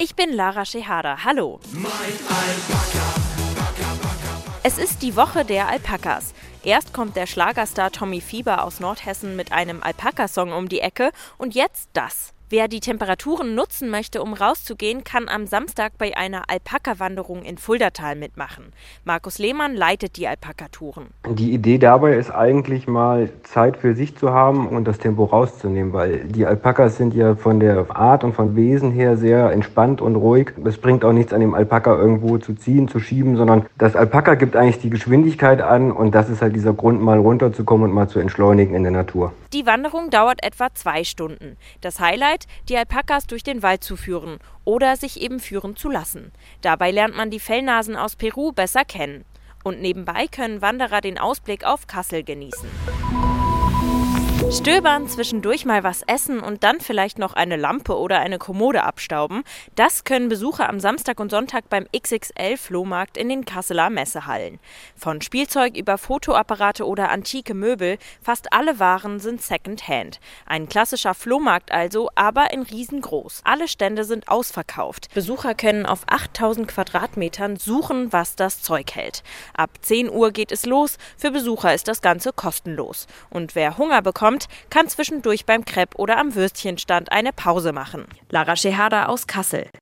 Ich bin Lara Schehada. Hallo. Es ist die Woche der Alpakas. Erst kommt der Schlagerstar Tommy Fieber aus Nordhessen mit einem Alpaka-Song um die Ecke und jetzt das. Wer die Temperaturen nutzen möchte, um rauszugehen, kann am Samstag bei einer Alpaka-Wanderung in Fuldatal mitmachen. Markus Lehmann leitet die Alpaka-Touren. Die Idee dabei ist eigentlich mal Zeit für sich zu haben und das Tempo rauszunehmen, weil die Alpakas sind ja von der Art und vom Wesen her sehr entspannt und ruhig. Es bringt auch nichts an dem Alpaka irgendwo zu ziehen, zu schieben, sondern das Alpaka gibt eigentlich die Geschwindigkeit an und das ist halt dieser Grund, mal runterzukommen und mal zu entschleunigen in der Natur. Die Wanderung dauert etwa 2 Stunden. Das Highlight, die Alpakas durch den Wald zu führen oder sich eben führen zu lassen. Dabei lernt man die Fellnasen aus Peru besser kennen. Und nebenbei können Wanderer den Ausblick auf Kassel genießen. Stöbern, zwischendurch mal was essen und dann vielleicht noch eine Lampe oder eine Kommode abstauben, das können Besucher am Samstag und Sonntag beim XXL-Flohmarkt in den Kasseler Messehallen. Von Spielzeug über Fotoapparate oder antike Möbel, fast alle Waren sind Secondhand. Ein klassischer Flohmarkt also, aber in riesengroß. Alle Stände sind ausverkauft. Besucher können auf 8000 Quadratmetern suchen, was das Zeug hält. Ab 10 Uhr geht es los, für Besucher ist das Ganze kostenlos. Und wer Hunger bekommt, kann zwischendurch beim Crepe oder am Würstchenstand eine Pause machen. Lara Schehada aus Kassel.